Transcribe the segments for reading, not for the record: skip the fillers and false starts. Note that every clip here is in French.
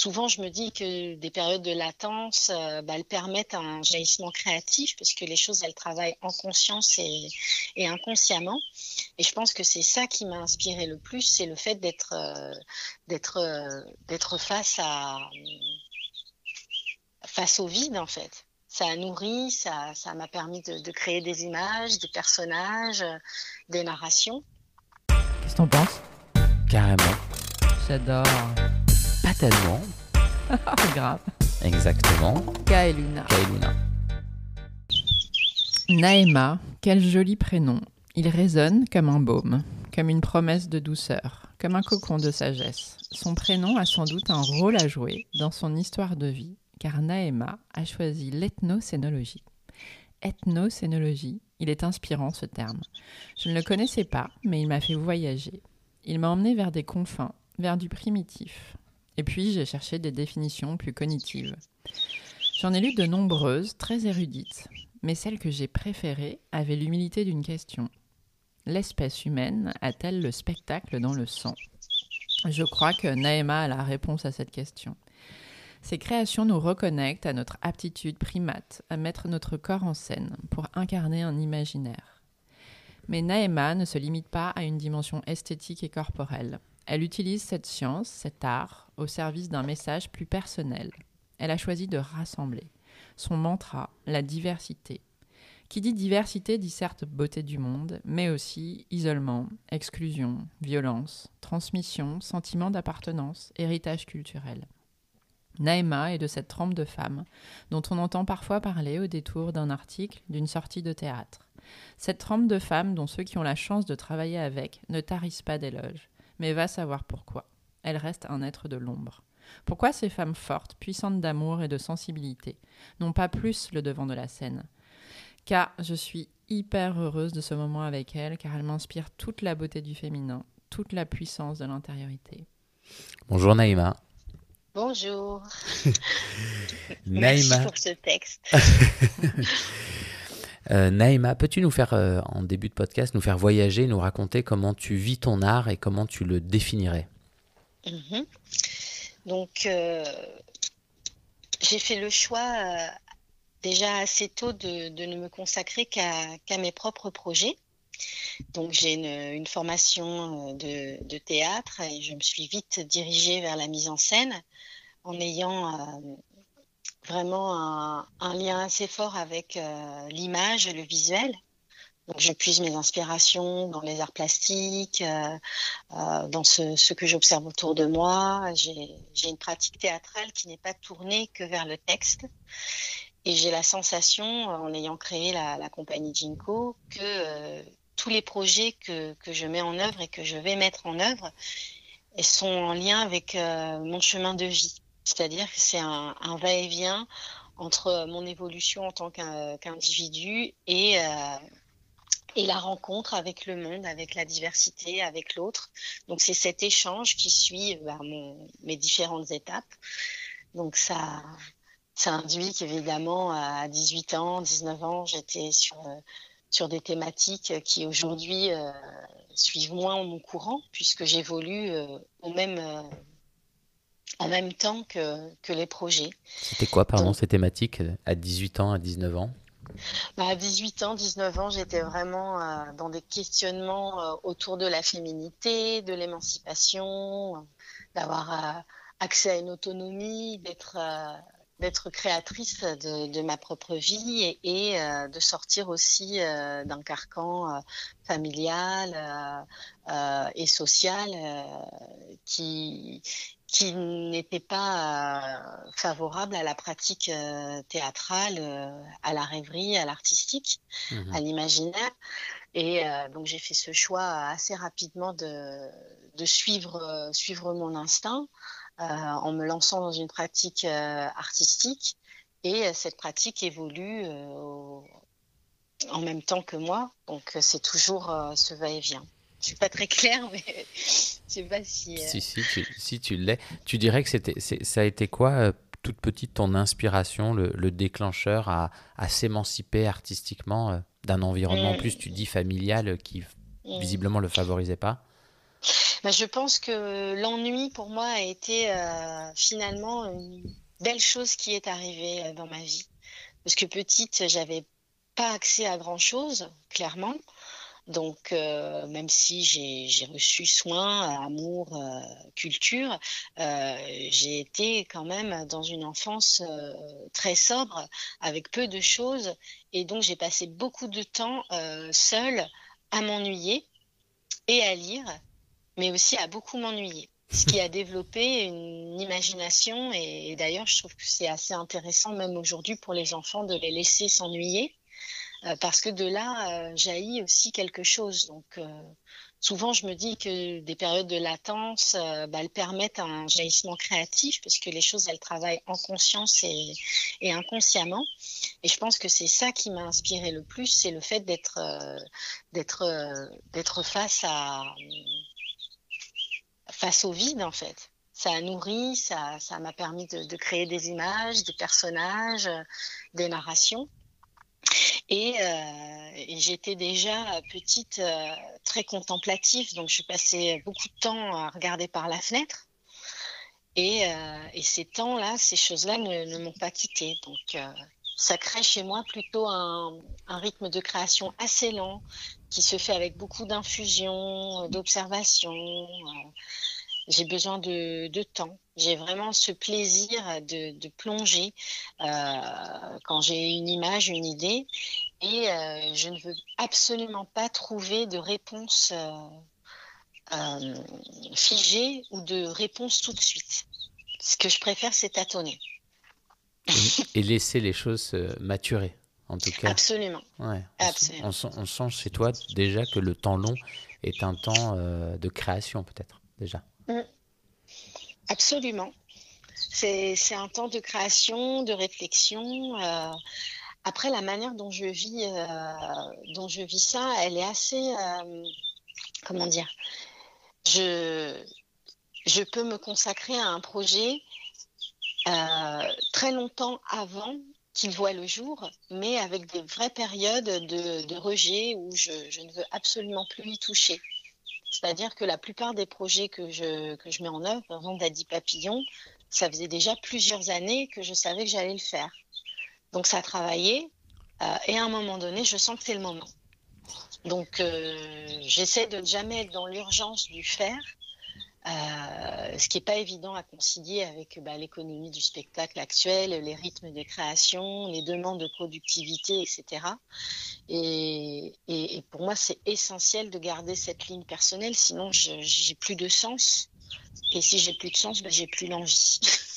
souvent, je me dis que des périodes de latence, elles permettent un jaillissement créatif parce que les choses, elles travaillent en conscience et inconsciemment. Et je pense que c'est ça qui m'a inspiré le plus, c'est le fait d'être face au vide, en fait. Ça a nourri, ça m'a permis de créer des images, des personnages, des narrations. Qu'est-ce que t'en penses? Carrément. J'adore. Pas tellement. Grave. Exactement. Kaeluna. Kaeluna. Naïma, quel joli prénom. Il résonne comme un baume, comme une promesse de douceur, comme un cocon de sagesse. Son prénom a sans doute un rôle à jouer dans son histoire de vie, car Naïma a choisi l'ethnocénologie. Ethnocénologie, il est inspirant ce terme. Je ne le connaissais pas, mais il m'a fait voyager. Il m'a emmené vers des confins, vers du primitif. Et puis j'ai cherché des définitions plus cognitives. J'en ai lu de nombreuses, très érudites, mais celle que j'ai préférée avait l'humilité d'une question. L'espèce humaine a-t-elle le spectacle dans le sang ? Je crois que Naïma a la réponse à cette question. Ces créations nous reconnectent à notre aptitude primate à mettre notre corps en scène pour incarner un imaginaire. Mais Naïma ne se limite pas à une dimension esthétique et corporelle. Elle utilise cette science, cet art, au service d'un message plus personnel. Elle a choisi de rassembler. Son mantra, la diversité. Qui dit diversité dit certes beauté du monde, mais aussi isolement, exclusion, violence, transmission, sentiment d'appartenance, héritage culturel. Naïma est de cette trempe de femmes dont on entend parfois parler au détour d'un article, d'une sortie de théâtre. Cette trempe de femmes dont ceux qui ont la chance de travailler avec ne tarissent pas d'éloges, mais va savoir pourquoi. Elle reste un être de l'ombre. Pourquoi ces femmes fortes, puissantes d'amour et de sensibilité, n'ont pas plus le devant de la scène ? Car je suis hyper heureuse de ce moment avec elles, car elles m'inspirent toute la beauté du féminin, toute la puissance de l'intériorité. Bonjour Naïma. Bonjour. Merci Naïma. pour ce texte. Naïma, peux-tu nous faire, en début de podcast, nous faire voyager, nous raconter comment tu vis ton art et comment tu le définirais ? Donc, j'ai fait le choix déjà assez tôt de ne me consacrer qu'à mes propres projets. Donc, j'ai une formation de théâtre et je me suis vite dirigée vers la mise en scène en ayant vraiment un lien assez fort avec l'image et le visuel. Donc, je puise mes inspirations dans les arts plastiques, dans ce que j'observe autour de moi. J'ai une pratique théâtrale qui n'est pas tournée que vers le texte. Et j'ai la sensation, en ayant créé la compagnie Jinko, que tous les projets que je mets en œuvre et que je vais mettre en œuvre sont en lien avec mon chemin de vie. C'est-à-dire que c'est un va-et-vient entre mon évolution en tant qu'individu et la rencontre avec le monde, avec la diversité, avec l'autre. Donc c'est cet échange qui suit mes différentes étapes. Donc ça induit qu'évidemment à 18 ans, 19 ans, j'étais sur des thématiques qui aujourd'hui suivent moins mon courant puisque j'évolue en même temps que les projets. C'était quoi, ces thématiques à 18 ans, à 19 ans ? À 18 ans, 19 ans, j'étais vraiment dans des questionnements autour de la féminité, de l'émancipation, d'avoir accès à une autonomie, d'être créatrice de ma propre vie et de sortir aussi d'un carcan familial et social qui n'était pas favorable à la pratique théâtrale, à la rêverie, à l'artistique, à l'imaginaire. Et donc j'ai fait ce choix assez rapidement de suivre mon instinct en me lançant dans une pratique artistique. Et cette pratique évolue en même temps que moi. Donc c'est toujours ce va-et-vient. Je suis pas très claire, mais je sais pas si... Si tu l'es. Tu dirais que ça a été quoi, toute petite, ton inspiration, le déclencheur à s'émanciper artistiquement d'un environnement, en plus tu dis familial, qui visiblement le favorisait pas ? Je pense que l'ennui pour moi a été finalement une belle chose qui est arrivée dans ma vie. Parce que petite, j'avais pas accès à grand-chose, clairement. Donc, même si j'ai reçu soin, amour, culture, j'ai été quand même dans une enfance très sobre, avec peu de choses. Et donc, j'ai passé beaucoup de temps seule à m'ennuyer et à lire, mais aussi à beaucoup m'ennuyer. Ce qui a développé une imagination. Et d'ailleurs, je trouve que c'est assez intéressant, même aujourd'hui, pour les enfants, de les laisser s'ennuyer. Parce que de là jaillit aussi quelque chose. Donc, souvent, je me dis que des périodes de latence, elles permettent un jaillissement créatif, parce que les choses, elles travaillent en conscience et inconsciemment. Et je pense que c'est ça qui m'a inspiré le plus, c'est le fait d'être face au vide, en fait. Ça a nourri, ça m'a permis de créer des images, des personnages, des narrations. Et j'étais déjà petite très contemplative, donc je passais beaucoup de temps à regarder par la fenêtre. Et ces temps-là, ces choses-là ne m'ont pas quittée. Donc ça crée chez moi plutôt un rythme de création assez lent, qui se fait avec beaucoup d'infusion, d'observation. J'ai besoin de temps. J'ai vraiment ce plaisir de plonger quand j'ai une image, une idée. Et je ne veux absolument pas trouver de réponse figée ou de réponse tout de suite. Ce que je préfère, c'est tâtonner. Et laisser les choses maturer, en tout cas. Absolument. Ouais. Absolument. On sent chez toi déjà que le temps long est un temps de création, peut-être, déjà. Absolument. C'est un temps de création, de réflexion. Après, la manière dont je vis ça, elle est assez, comment dire, je peux me consacrer à un projet très longtemps avant qu'il voit le jour, mais avec des vraies périodes de rejet où je ne veux absolument plus y toucher. C'est-à-dire que la plupart des projets que je mets en œuvre, par exemple Daddy Papillon, ça faisait déjà plusieurs années que je savais que j'allais le faire. Donc ça a travaillé, et à un moment donné, je sens que c'est le moment. Donc j'essaie de ne jamais être dans l'urgence du faire, ce qui n'est pas évident à concilier avec l'économie du spectacle actuel, les rythmes de création, les demandes de productivité, etc. Et pour moi, c'est essentiel de garder cette ligne personnelle, sinon j'ai plus de sens. Et si j'ai plus de sens, j'ai plus l'envie.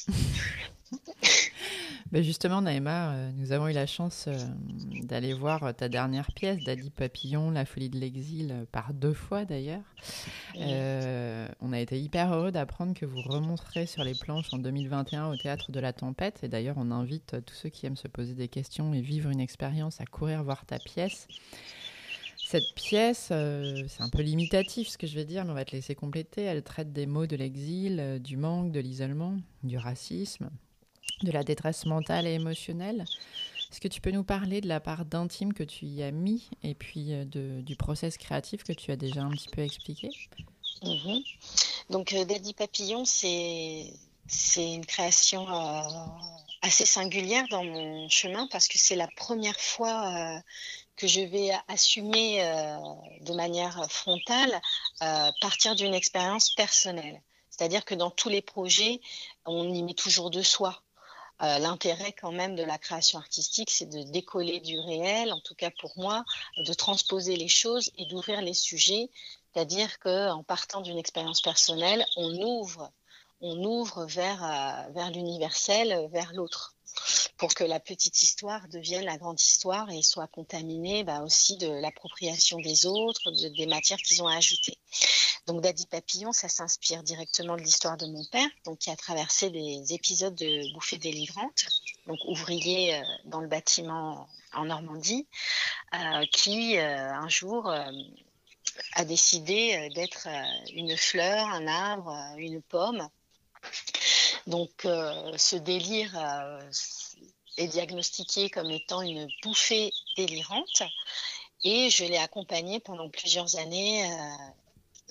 Justement, Naïma, nous avons eu la chance d'aller voir ta dernière pièce, Daddy Papillon, La folie de l'exil, par 2 fois d'ailleurs. On a été hyper heureux d'apprendre que vous remonterez sur les planches en 2021 au Théâtre de la Tempête. Et d'ailleurs, on invite tous ceux qui aiment se poser des questions et vivre une expérience à courir voir ta pièce. Cette pièce, c'est un peu limitatif ce que je vais dire, mais on va te laisser compléter. Elle traite des maux de l'exil, du manque, de l'isolement, du racisme, de la détresse mentale et émotionnelle. Est-ce que tu peux nous parler de la part d'intime que tu y as mis et puis du process créatif que tu as déjà un petit peu expliqué ? Donc Daddy Papillon, c'est une création assez singulière dans mon chemin, parce que c'est la première fois que je vais assumer de manière frontale partir d'une expérience personnelle. C'est-à-dire que dans tous les projets, on y met toujours de soi. L'intérêt quand même de la création artistique, c'est de décoller du réel, en tout cas pour moi, de transposer les choses et d'ouvrir les sujets. C'est-à-dire qu'en partant d'une expérience personnelle, on ouvre vers l'universel, vers l'autre, pour que la petite histoire devienne la grande histoire et soit contaminée aussi de l'appropriation des autres, des matières qu'ils ont ajoutées. Donc Daddy Papillon, ça s'inspire directement de l'histoire de mon père, donc qui a traversé des épisodes de bouffées délivrantes, donc ouvrier dans le bâtiment en Normandie, qui un jour a décidé d'être une fleur, un arbre, une pomme. Donc ce délire est diagnostiqué comme étant une bouffée délirante, et je l'ai accompagné pendant plusieurs années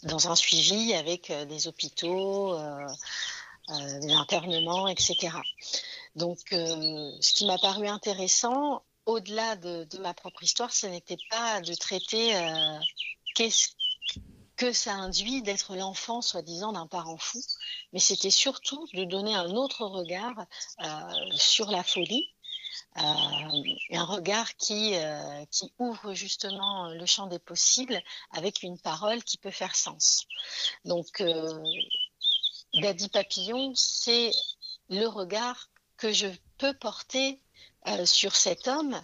dans un suivi avec des hôpitaux, des internements, etc. Donc, ce qui m'a paru intéressant, au-delà de ma propre histoire, ce n'était pas de traiter qu'est-ce que ça induit d'être l'enfant, soi-disant, d'un parent fou, mais c'était surtout de donner un autre regard sur la folie, un regard qui ouvre justement le champ des possibles avec une parole qui peut faire sens. Donc, Daddy Papillon, c'est le regard que je peux porter sur cet homme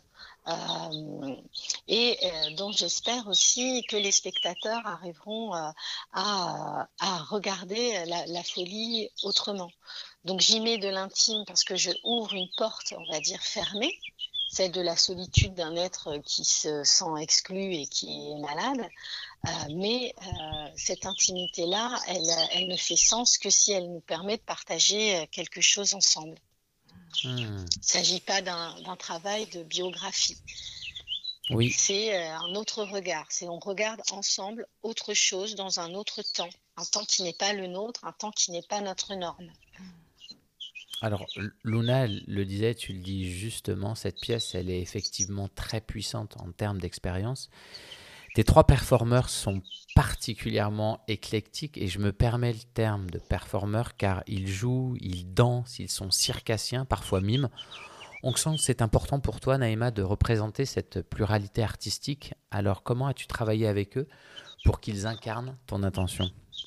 et dont j'espère aussi que les spectateurs arriveront à regarder la folie autrement. Donc j'y mets de l'intime parce que je ouvre une porte, on va dire, fermée, celle de la solitude d'un être qui se sent exclu et qui est malade. Mais cette intimité-là, elle ne fait sens que si elle nous permet de partager quelque chose ensemble. Il ne s'agit pas d'un travail de biographie. Oui. C'est un autre regard. On regarde ensemble autre chose dans un autre temps. Un temps qui n'est pas le nôtre, un temps qui n'est pas notre norme. Alors, Luna le disait, tu le dis justement, cette pièce, elle est effectivement très puissante en termes d'expérience. Tes 3 performeurs sont particulièrement éclectiques et je me permets le terme de performeur car ils jouent, ils dansent, ils sont circassiens, parfois mimes. On sent que c'est important pour toi, Naïma, de représenter cette pluralité artistique. Alors, comment as-tu travaillé avec eux pour qu'ils incarnent ton intention ?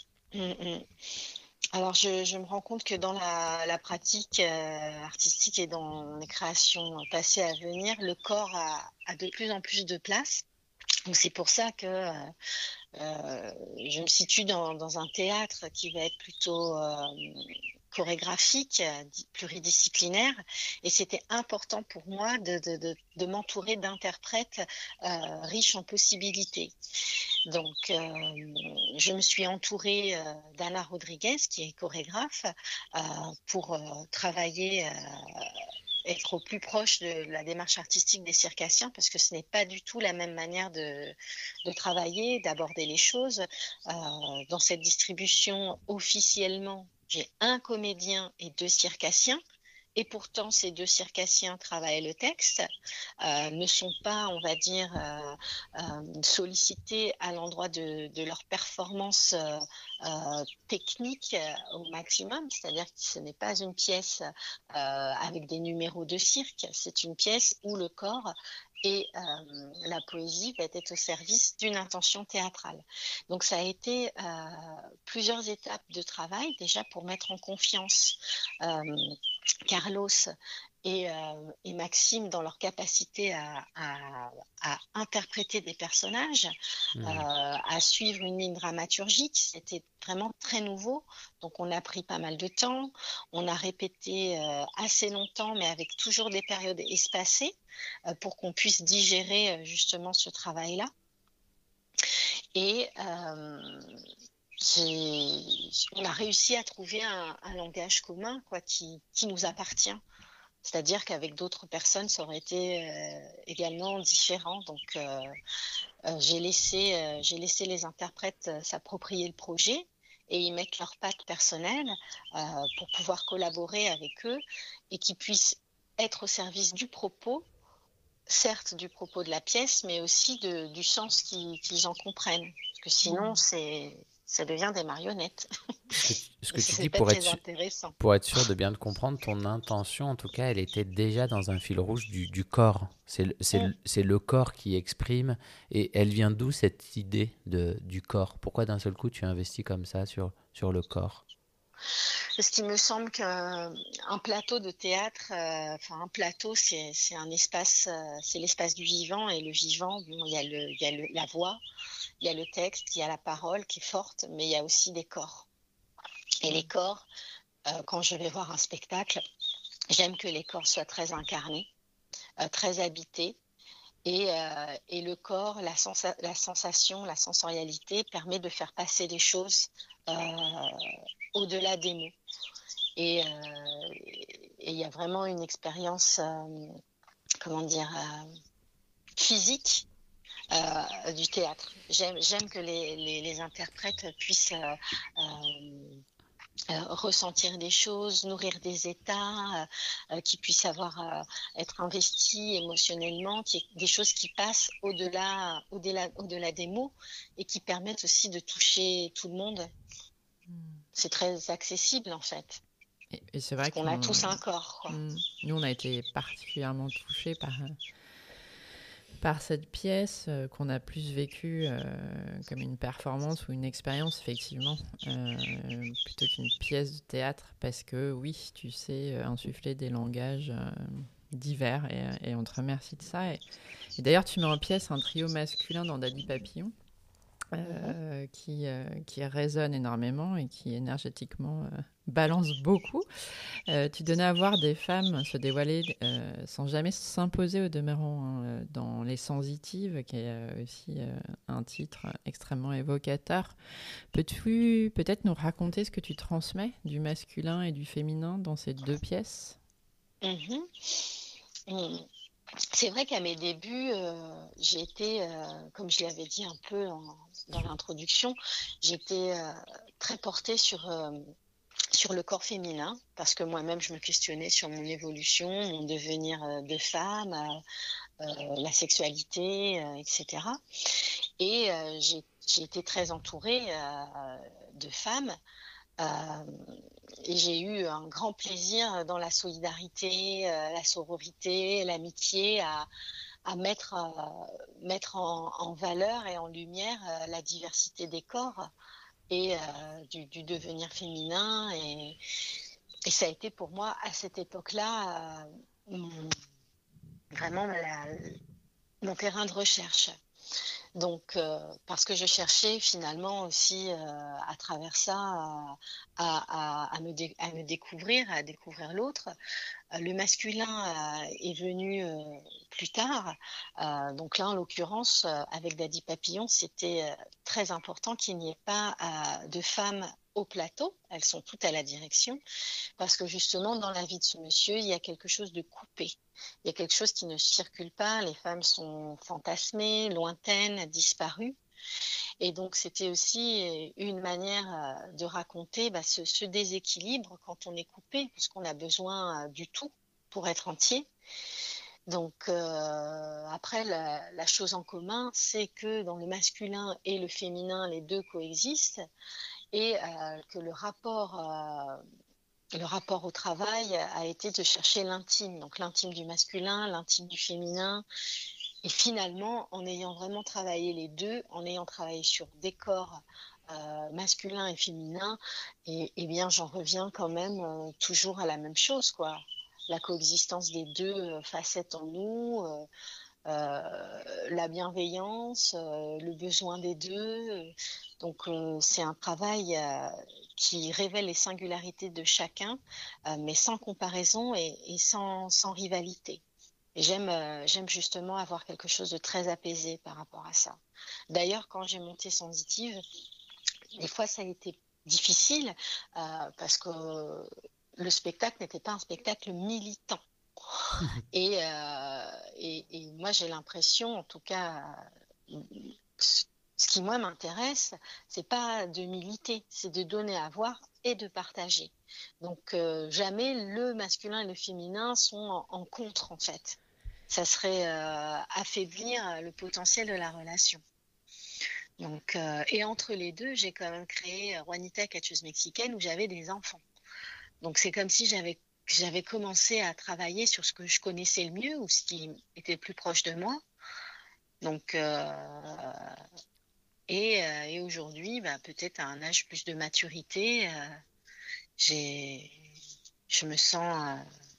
Alors, je me rends compte que dans la pratique artistique et dans les créations passées à venir, le corps a de plus en plus de place. Donc, c'est pour ça que je me situe dans un théâtre qui va être plutôt chorégraphique, pluridisciplinaire, et c'était important pour moi de m'entourer d'interprètes riches en possibilités. Donc, je me suis entourée d'Anna Rodriguez, qui est chorégraphe, pour travailler être au plus proche de la démarche artistique des circassiens, parce que ce n'est pas du tout la même manière de travailler, d'aborder les choses. Dans cette distribution, officiellement, j'ai un comédien et 2 circassiens. Et pourtant, ces 2 circassiens travaillent le texte, ne sont pas, on va dire, sollicités à l'endroit de leur performance technique au maximum. C'est-à-dire que ce n'est pas une pièce avec des numéros de cirque, c'est une pièce où le corps et la poésie va être au service d'une intention théâtrale. Donc ça a été plusieurs étapes de travail déjà pour mettre en confiance Carlos et Maxime dans leur capacité à interpréter des personnages, à suivre une ligne dramaturgique. C'était vraiment très nouveau, donc on a pris pas mal de temps, on a répété assez longtemps, mais avec toujours des périodes espacées pour qu'on puisse digérer justement ce travail-là. Et on a réussi à trouver un langage commun qui nous appartient. C'est-à-dire qu'avec d'autres personnes, ça aurait été également différent. Donc, j'ai laissé les interprètes s'approprier le projet et y mettre leurs pattes personnelles pour pouvoir collaborer avec eux et qu'ils puissent être au service du propos, certes du propos de la pièce, mais aussi du sens qu'ils en comprennent. Parce que sinon, ça devient des marionnettes. Ce que tu C'est dis, pas très intéressant. pour être sûr de bien te comprendre, ton intention, en tout cas, elle était déjà dans un fil rouge du corps. C'est le corps qui exprime. Et elle vient d'où cette idée du corps ? Pourquoi d'un seul coup tu investis comme ça sur le corps ? Parce qu'il me semble qu'un plateau de théâtre, un plateau, c'est un espace, c'est l'espace du vivant, et le vivant, bon, il y a la voix, il y a le texte, il y a la parole qui est forte, mais il y a aussi des corps. Et les corps, quand je vais voir un spectacle, j'aime que les corps soient très incarnés, très habités. Et le corps, la sensation, la sensorialité permet de faire passer les choses au-delà des mots. Et il y a vraiment une expérience, physique du théâtre. J'aime que les interprètes puissent ressentir des choses, nourrir des états, qui puissent être investis émotionnellement, des choses qui passent au-delà des mots et qui permettent aussi de toucher tout le monde. C'est très accessible en fait, Et c'est parce vrai qu'on a tous un corps, quoi. Nous, on a été particulièrement touchés par cette pièce qu'on a plus vécue comme une performance ou une expérience, effectivement, plutôt qu'une pièce de théâtre, parce que oui, tu sais insuffler des langages divers, et on te remercie de ça. Et d'ailleurs, tu mets en pièce un trio masculin dans Daddy Papillon, qui résonne énormément et qui énergétiquement balance beaucoup. Tu donnais à voir des femmes se dévoiler sans jamais s'imposer au demeurant, dans Les Sensitives, qui est aussi un titre extrêmement évocateur. Peux-tu peut-être nous raconter ce que tu transmets du masculin et du féminin dans ces deux pièces ? Mm. C'est vrai qu'à mes débuts, j'ai été, comme je l'avais dit un peu dans l'introduction, j'étais très portée sur le corps féminin, parce que moi-même, je me questionnais sur mon évolution, mon devenir de femme, la sexualité, etc. Et j'ai été très entourée de femmes. Et j'ai eu un grand plaisir dans la solidarité, la sororité, l'amitié, à mettre en valeur et en lumière la diversité des corps et du devenir féminin. Et ça a été pour moi, à cette époque-là, vraiment mon terrain de recherche. Donc, parce que je cherchais finalement aussi à travers ça à me découvrir, à découvrir l'autre. Le masculin est venu plus tard. Donc là, en l'occurrence, avec Daddy Papillon, c'était très important qu'il n'y ait pas de femmes au plateau. Elles sont toutes à la direction, parce que justement, dans la vie de ce monsieur, il y a quelque chose de coupé. Il y a quelque chose qui ne circule pas. Les femmes sont fantasmées, lointaines, disparues. Et donc, c'était aussi une manière de raconter ce déséquilibre quand on est coupé, puisqu'on a besoin du tout pour être entier. Donc, après, la chose en commun, c'est que dans le masculin et le féminin, les deux coexistent, et que le rapport au travail a été de chercher l'intime, donc l'intime du masculin, l'intime du féminin. Et finalement, en ayant vraiment travaillé les deux, en ayant travaillé sur des corps masculins et féminins, et bien, j'en reviens quand même toujours à la même chose, quoi. La coexistence des deux facettes en nous, la bienveillance, le besoin des deux. Donc, c'est un travail qui révèle les singularités de chacun, mais sans comparaison et sans rivalité. Et j'aime justement avoir quelque chose de très apaisé par rapport à ça. D'ailleurs, quand j'ai monté Sensitive, des fois ça a été difficile parce que le spectacle n'était pas un spectacle militant. Et moi, j'ai l'impression, en tout cas, ce qui moi m'intéresse, c'est pas de militer, c'est de donner à voir et de partager. Donc jamais le masculin et le féminin sont en contre, en fait. Ça serait affaiblir le potentiel de la relation. Donc, et entre les deux, j'ai quand même créé Juanita Catcheuse Mexicaine, où j'avais des enfants. Donc c'est comme si j'avais commencé à travailler sur ce que je connaissais le mieux ou ce qui était le plus proche de moi. Donc, et aujourd'hui, peut-être à un âge plus de maturité, je me sens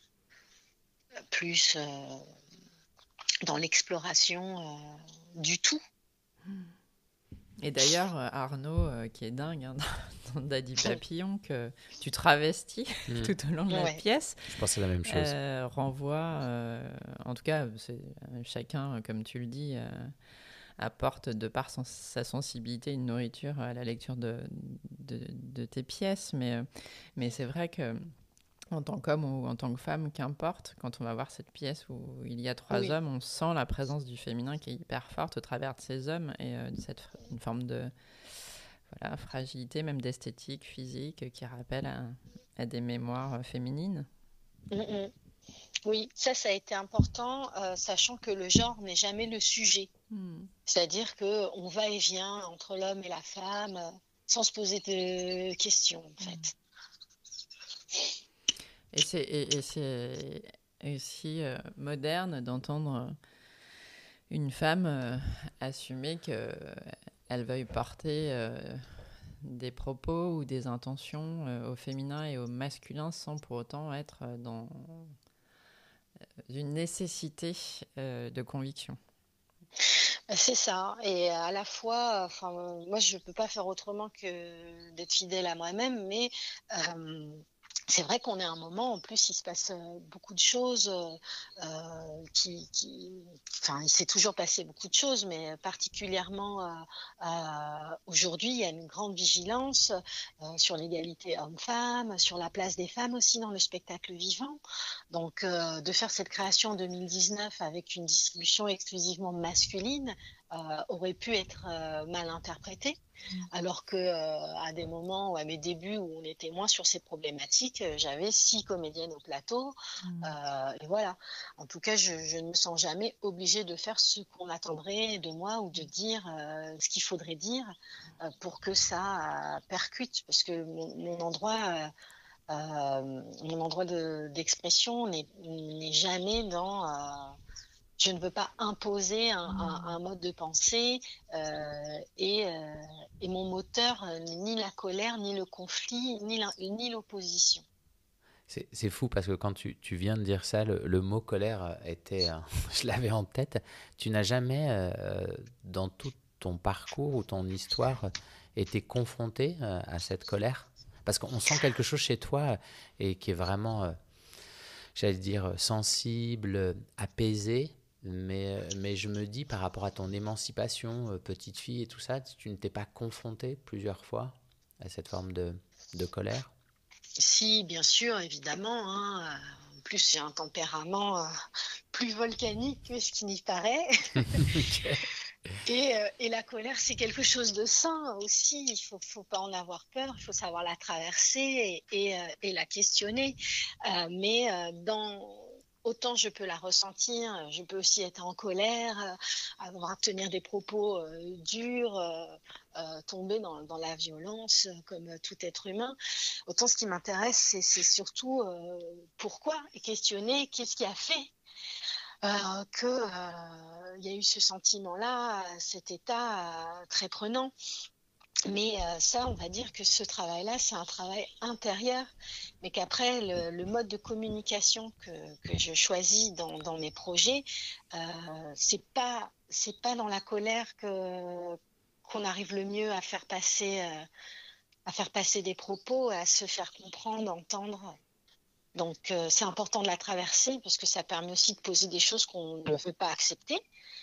plus dans l'exploration du tout. Et d'ailleurs, Arnaud, qui est dingue dans Daddy Papillon, que tu travestis tout au long de la pièce, je pensais la même chose. Renvoie, en tout cas, chacun, comme tu le dis, apporte de par sa sensibilité une nourriture à la lecture de tes pièces. Mais c'est vrai que en tant qu'homme ou en tant que femme, qu'importe, quand on va voir cette pièce où il y a 3 Oui. hommes, on sent la présence du féminin qui est hyper forte au travers de ces hommes et une forme de voilà, fragilité, même d'esthétique, physique, qui rappelle à des mémoires féminines. Mm, mm. Oui, ça a été important, sachant que le genre n'est jamais le sujet. C'est-à-dire que on va et vient entre l'homme et la femme sans se poser de questions, en fait. Et c'est aussi moderne d'entendre une femme assumer qu'elle veuille porter des propos ou des intentions au féminin et au masculin sans pour autant être dans une nécessité de conviction. C'est ça. Et à la fois, enfin, moi, je peux pas faire autrement que d'être fidèle à moi-même, mais c'est vrai qu'on est à un moment, en plus, il se passe beaucoup de choses enfin, il s'est toujours passé beaucoup de choses, mais particulièrement aujourd'hui, il y a une grande vigilance sur l'égalité homme-femme, sur la place des femmes aussi dans le spectacle vivant. Donc, de faire cette création en 2019 avec une distribution exclusivement masculine aurait pu être mal interprété. Alors que à des moments ou à mes débuts où on était moins sur ces problématiques, j'avais 6 comédiennes au plateau. Et voilà. En tout cas, je ne me sens jamais obligée de faire ce qu'on attendrait de moi ou de dire ce qu'il faudrait dire pour que ça percute. Parce que mon endroit d'expression n'est jamais dans je ne veux pas imposer un mode de pensée et mon moteur n'est ni la colère, ni le conflit, ni l'opposition. C'est fou parce que quand tu viens de dire ça, le mot colère était, je l'avais en tête. Tu n'as jamais, dans tout ton parcours ou ton histoire, été confronté à cette colère? Parce qu'on sent quelque chose chez toi et qui est vraiment, j'allais dire, sensible, apaisé. Mais je me dis, par rapport à ton émancipation, petite fille et tout ça, tu ne t'es pas confrontée plusieurs fois à cette forme de colère? Si, bien sûr, évidemment, hein, en plus, j'ai un tempérament plus volcanique que ce qui n'y paraît. Ok. Et la colère, c'est quelque chose de sain aussi. Il faut pas en avoir peur. Il faut savoir la traverser et la questionner. Mais autant je peux la ressentir, je peux aussi être en colère, avoir à tenir des propos durs, tomber dans la violence comme tout être humain. Autant ce qui m'intéresse, c'est surtout pourquoi et questionner qu'est-ce qui a fait y a eu ce sentiment-là, cet état très prenant. Mais ça, on va dire que ce travail-là, c'est un travail intérieur, mais qu'après, le mode de communication que je choisis dans mes projets, c'est pas dans la colère qu'on arrive le mieux à faire passer des propos, à se faire comprendre, entendre. Donc, c'est important de la traverser parce que ça permet aussi de poser des choses qu'on ne veut pas accepter.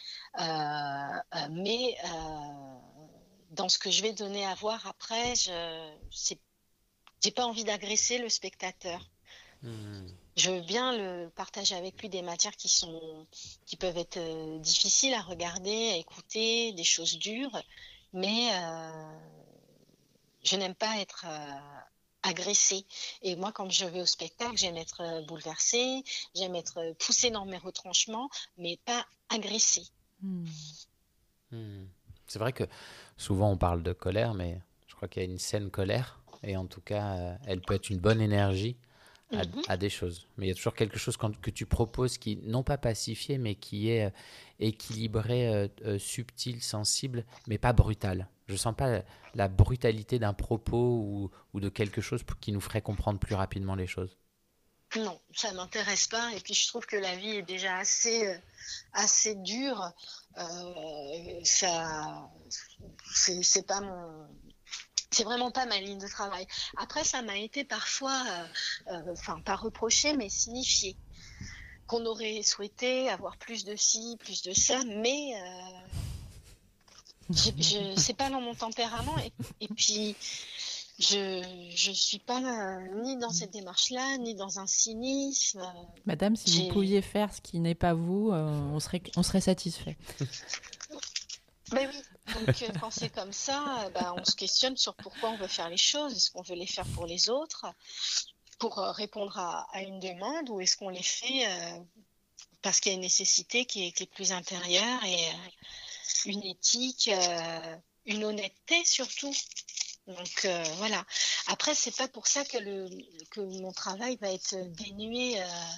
Mais dans ce que je vais donner à voir après, j'ai pas envie d'agresser le spectateur. Je veux bien le partager avec lui des matières qui peuvent être difficiles à regarder, à écouter, des choses dures, mais je n'aime pas être agressée. Et moi, quand je vais au spectacle, j'aime être bouleversée, j'aime être poussée dans mes retranchements, mais pas agressée. C'est vrai que souvent on parle de colère, mais je crois qu'il y a une saine colère, et en tout cas, elle peut être une bonne énergie à des choses. Mais il y a toujours quelque chose que tu proposes qui, non pas pacifié, mais qui est équilibré, subtil, sensible, mais pas brutal. Je sens pas la brutalité d'un propos ou de quelque chose qui nous ferait comprendre plus rapidement les choses. Non, ça m'intéresse pas. Et puis je trouve que la vie est déjà assez dure. C'est pas c'est vraiment pas ma ligne de travail. Après, ça m'a été parfois, pas reproché, mais signifié qu'on aurait souhaité avoir plus de ci, plus de ça, mais c'est pas dans mon tempérament. Et puis Je suis pas ni dans cette démarche-là, ni dans un cynisme. Madame, si vous J'ai... pouviez faire ce qui n'est pas vous, on serait satisfait. Ben oui, donc quand c'est comme ça, on se questionne sur pourquoi on veut faire les choses. Est-ce qu'on veut les faire pour les autres, pour répondre à une demande, ou est-ce qu'on les fait parce qu'il y a une nécessité qui est plus intérieure et une éthique, une honnêteté surtout. Donc voilà. Après, c'est pas pour ça que mon travail va être dénué,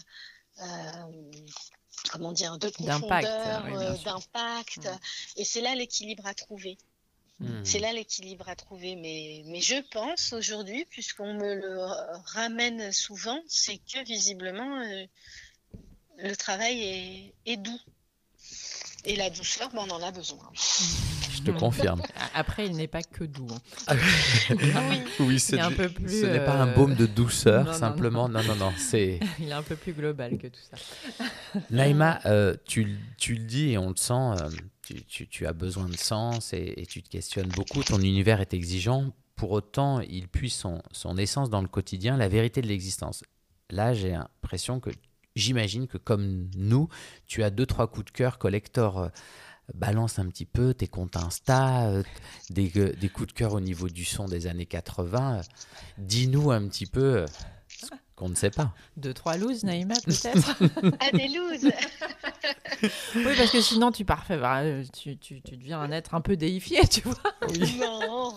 comment dire, de D'impact, profondeur, oui, bien sûr. d'impact. Et c'est là l'équilibre à trouver. C'est là l'équilibre à trouver. Mais je pense aujourd'hui, puisqu'on me le ramène souvent, c'est que visiblement le travail est doux. Et la douceur, on en a besoin. Je te confirme. Après, il n'est pas que doux. Oui, il est un peu plus, ce n'est pas un baume de douceur, non, simplement. Non, c'est... Il est un peu plus global que tout ça. Naïma, tu le dis et on le sent, tu as besoin de sens et tu te questionnes beaucoup. Ton univers est exigeant. Pour autant, il puise son essence dans le quotidien, la vérité de l'existence. Là, j'ai l'impression que, j'imagine que comme nous, tu as 2-3 coups de cœur collector. Balance un petit peu tes comptes Insta, des coups de cœur au niveau du son des années 80. Dis-nous un petit peu ce qu'on ne sait pas. 2-3 looses, Naïma, peut-être. Ah, des looses. Oui, parce que sinon, tu deviens un être un peu déifié, tu vois. Oui. Non.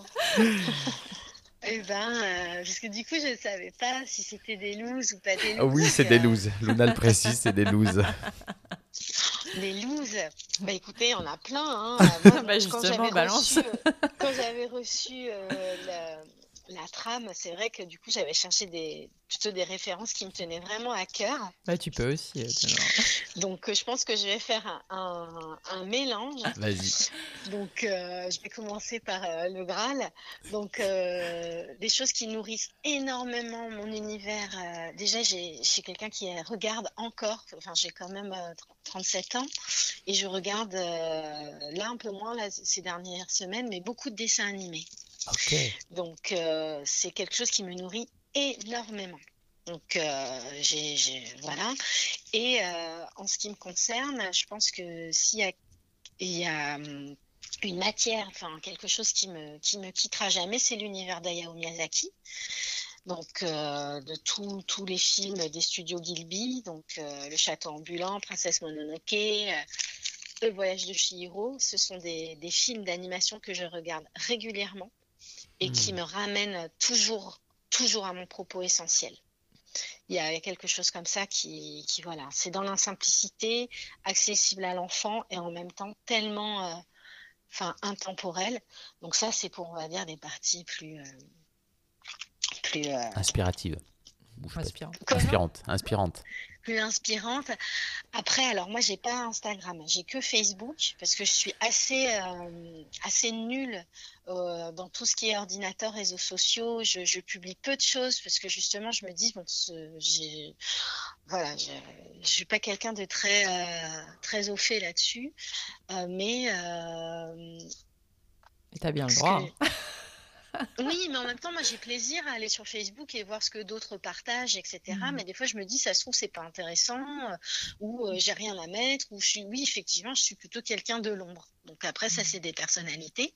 Parce que du coup, je ne savais pas si c'était des looses ou pas des looses. Oui, c'est des looses. Luna le précise, c'est des looses. Des looses. Écoutez, on a plein. Hein. Moi, justement, balance. Quand j'avais reçu la trame, c'est vrai que du coup, j'avais cherché plutôt des références qui me tenaient vraiment à cœur. Tu peux aussi. Donc, je pense que je vais faire un mélange. Vas-y. Donc, je vais commencer par le Graal. Donc, des choses qui nourrissent énormément mon univers. Déjà, je suis quelqu'un qui regarde encore. Enfin, j'ai quand même 37 ans et je regarde là un peu moins ces dernières semaines, mais beaucoup de dessins animés. Ok. Donc, c'est quelque chose qui me nourrit énormément. Donc, voilà. Et en ce qui me concerne, je pense que s'il y a une matière, enfin quelque chose qui me quittera jamais, c'est l'univers d'Hayao Miyazaki. Donc, de tous les films des studios Ghibli, donc Le Château ambulant, Princesse Mononoke, Le Voyage de Chihiro, ce sont des films d'animation que je regarde régulièrement et qui me ramènent toujours à mon propos essentiel. Il y a quelque chose comme ça qui voilà, c'est dans l'insimplicité, accessible à l'enfant et en même temps tellement intemporel. Donc ça, c'est pour, on va dire, des parties plus inspirative. Inspirante. Plus inspirante. Après, alors moi, j'ai pas Instagram, j'ai que Facebook parce que je suis assez nulle dans tout ce qui est ordinateur, réseaux sociaux. Je publie peu de choses parce que justement, je me dis je suis pas quelqu'un de très au fait là-dessus, mais t'as bien le droit. Oui, mais en même temps, moi, j'ai plaisir à aller sur Facebook et voir ce que d'autres partagent, etc. Mais des fois, je me dis, ça se trouve, c'est pas intéressant, ou j'ai rien à mettre, ou oui, effectivement, je suis plutôt quelqu'un de l'ombre. Donc après, ça, c'est des personnalités.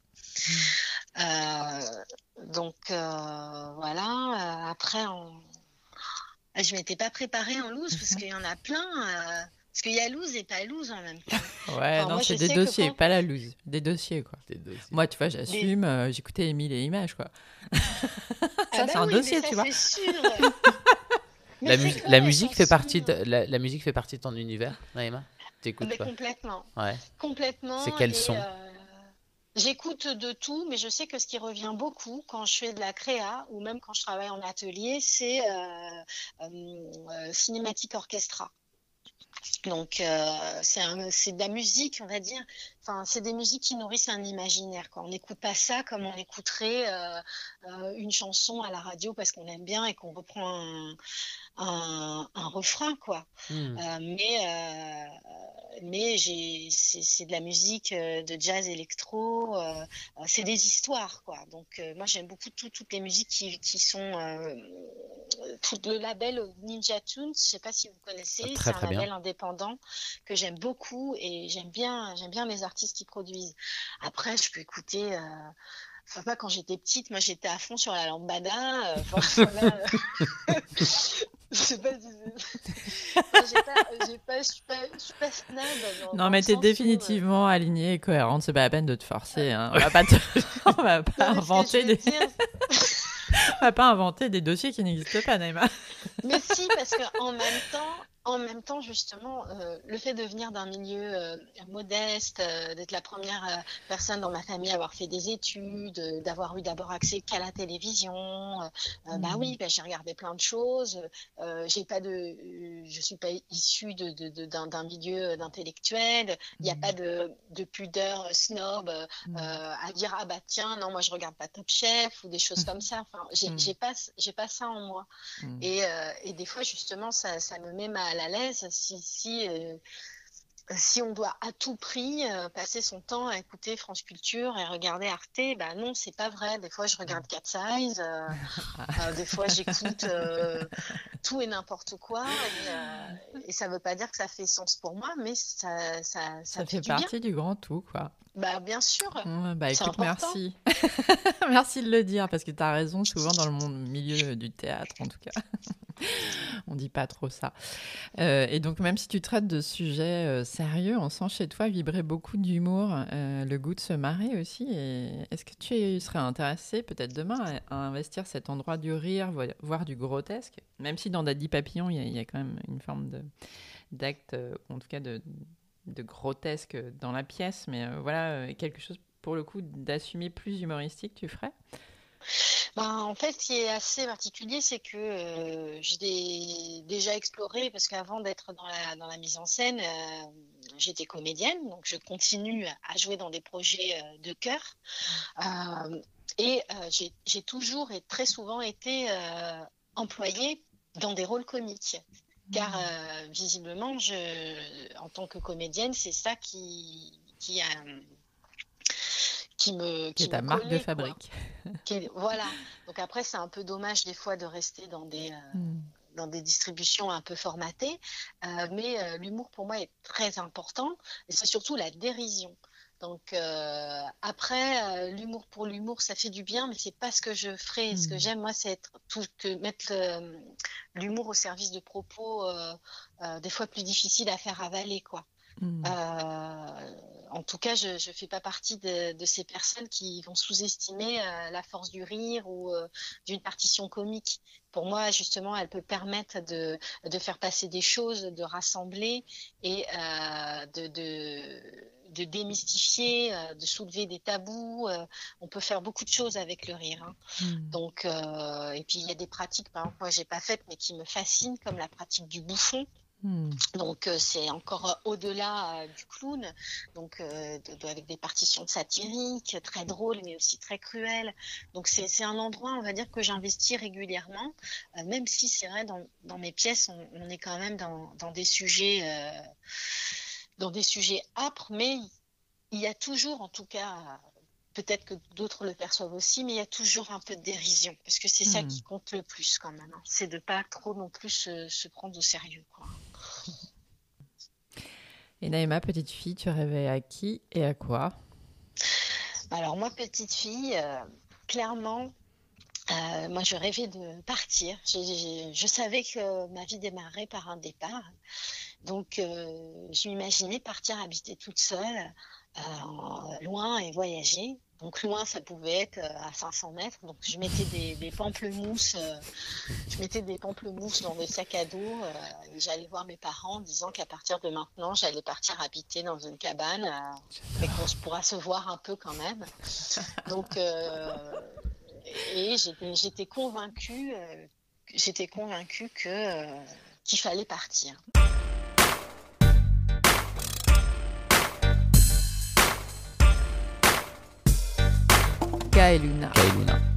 Donc voilà. Après, je m'étais pas préparée en loose parce qu'il y en a plein. Parce qu'il y a loose et pas loose en même temps. Ouais, non, c'est des dossiers, pas la loose. Des dossiers, quoi. Moi, tu vois, j'assume, j'écoutais Émile et Images, quoi. Ça, c'est un dossier, tu vois. C'est sûr. La musique fait partie de ton univers, Naïma? T'écoutes pas? Complètement. Ouais. Complètement. C'est quel son? J'écoute de tout, mais je sais que ce qui revient beaucoup quand je fais de la créa ou même quand je travaille en atelier, c'est cinématique orchestra. Donc c'est de la musique, on va dire. Enfin, c'est des musiques qui nourrissent un imaginaire, quoi. On n'écoute pas ça comme on écouterait une chanson à la radio parce qu'on aime bien et qu'on reprend un refrain, quoi. Mais mais c'est de la musique de jazz électro, c'est des histoires, quoi. Donc, moi, j'aime beaucoup toutes les musiques qui sont... tout le label Ninja Tunes, je sais pas si vous connaissez, Très c'est un très bien. label indépendant que j'aime beaucoup et j'aime bien les artistes qui produisent. Après, je peux écouter... Enfin, pas quand j'étais petite, moi j'étais à fond sur la lambada. Enfin, voilà. Je sais pas si enfin, je suis pas snob Non, dans le mais t'es sens où. définitivement alignée et cohérente. C'est pas la peine de te forcer. Hein. On va pas Non, mais ce que je inventer veux dire, on va pas inventer des dossiers qui n'existent pas, Naïma. mais si, parce qu'en même temps, justement, le fait de venir d'un milieu modeste, d'être la première personne dans ma famille à avoir fait des études, d'avoir eu d'abord accès qu'à la télévision, bah oui, bah, j'ai regardé plein de choses. Je suis pas issue d'un milieu d'intellectuels. Il n'y a pas de pudeur snob à dire ah bah tiens non moi je regarde pas Top Chef ou des choses comme ça. Enfin, j'ai pas ça en moi. Et des fois, justement, ça me met mal à l'aise si on doit à tout prix passer son temps à écouter France Culture et regarder Arte. Bah non, c'est pas vrai. Des fois, je regarde Cat Size. Des fois, j'écoute tout et n'importe quoi. Et ça veut pas dire que ça fait sens pour moi, mais ça Ça me fait fait du bien. partie du grand tout, quoi. Bah, bien sûr, Bah c'est écoute, important. merci. Merci de le dire, parce que tu as raison, souvent dans le milieu du théâtre, en tout cas. On dit pas trop ça. Et donc, même si tu traites de sujets sérieux, on sent chez toi vibrer beaucoup d'humour, le goût de se marrer aussi. Et est-ce que tu serais intéressé, peut-être demain, à investir cet endroit du rire, voire du grotesque, même si dans Daddy Papillon, il y a quand même une forme d'acte, en tout cas de grotesque dans la pièce, mais voilà, quelque chose pour le coup d'assumer plus humoristique, tu ferais? Ben, en fait, ce qui est assez particulier, c'est que j'ai déjà exploré, parce qu'avant d'être dans la mise en scène, j'étais comédienne, donc je continue à jouer dans des projets de chœur. J'ai toujours et très souvent été employée dans des rôles comiques. Car visiblement, en tant que comédienne, c'est ça Qui est qui me ta marque de collait, quoi. fabrique. Voilà. Donc après, c'est un peu dommage des fois de rester dans des distributions un peu formatées, mais l'humour pour moi est très important et c'est surtout la dérision. Donc après, l'humour pour l'humour, ça fait du bien, mais c'est pas ce que je ferai. Ce que j'aime moi, c'est mettre l'humour au service de propos des fois plus difficiles à faire avaler, quoi. En tout cas, je fais pas partie de ces personnes qui vont sous-estimer la force du rire ou d'une partition comique. Pour moi, justement, elle peut permettre de faire passer des choses, de rassembler et de démystifier, de soulever des tabous. On peut faire beaucoup de choses avec le rire, hein. Donc, et puis il y a des pratiques, par exemple, moi j'ai pas faites, mais qui me fascinent, comme la pratique du bouffon. Donc c'est encore au-delà du clown, donc avec des partitions satiriques, très drôles mais aussi très cruelles. Donc c'est un endroit, on va dire, que j'investis régulièrement, même si c'est vrai dans mes pièces, on est quand même dans des sujets âpres, mais il y a toujours, en tout cas, peut-être que d'autres le perçoivent aussi, mais il y a toujours un peu de dérision, parce que c'est ça qui compte le plus quand même, hein. C'est de pas trop non plus se prendre au sérieux, quoi. Et Naïma, petite fille, tu rêvais à qui et à quoi? Alors moi, petite fille, clairement, moi je rêvais de partir. Je savais que ma vie démarrait par un départ. Donc je m'imaginais partir habiter toute seule, loin et voyager. Donc loin, ça pouvait être à 500 mètres. Donc je mettais des pamplemousses. Je mettais des pamplemousses dans le sac à dos et j'allais voir mes parents en disant qu'à partir de maintenant, j'allais partir habiter dans une cabane et qu'on pourra se voir un peu quand même. Donc, et j'étais convaincue qu'il fallait partir. Ka et Luna. Kailuna.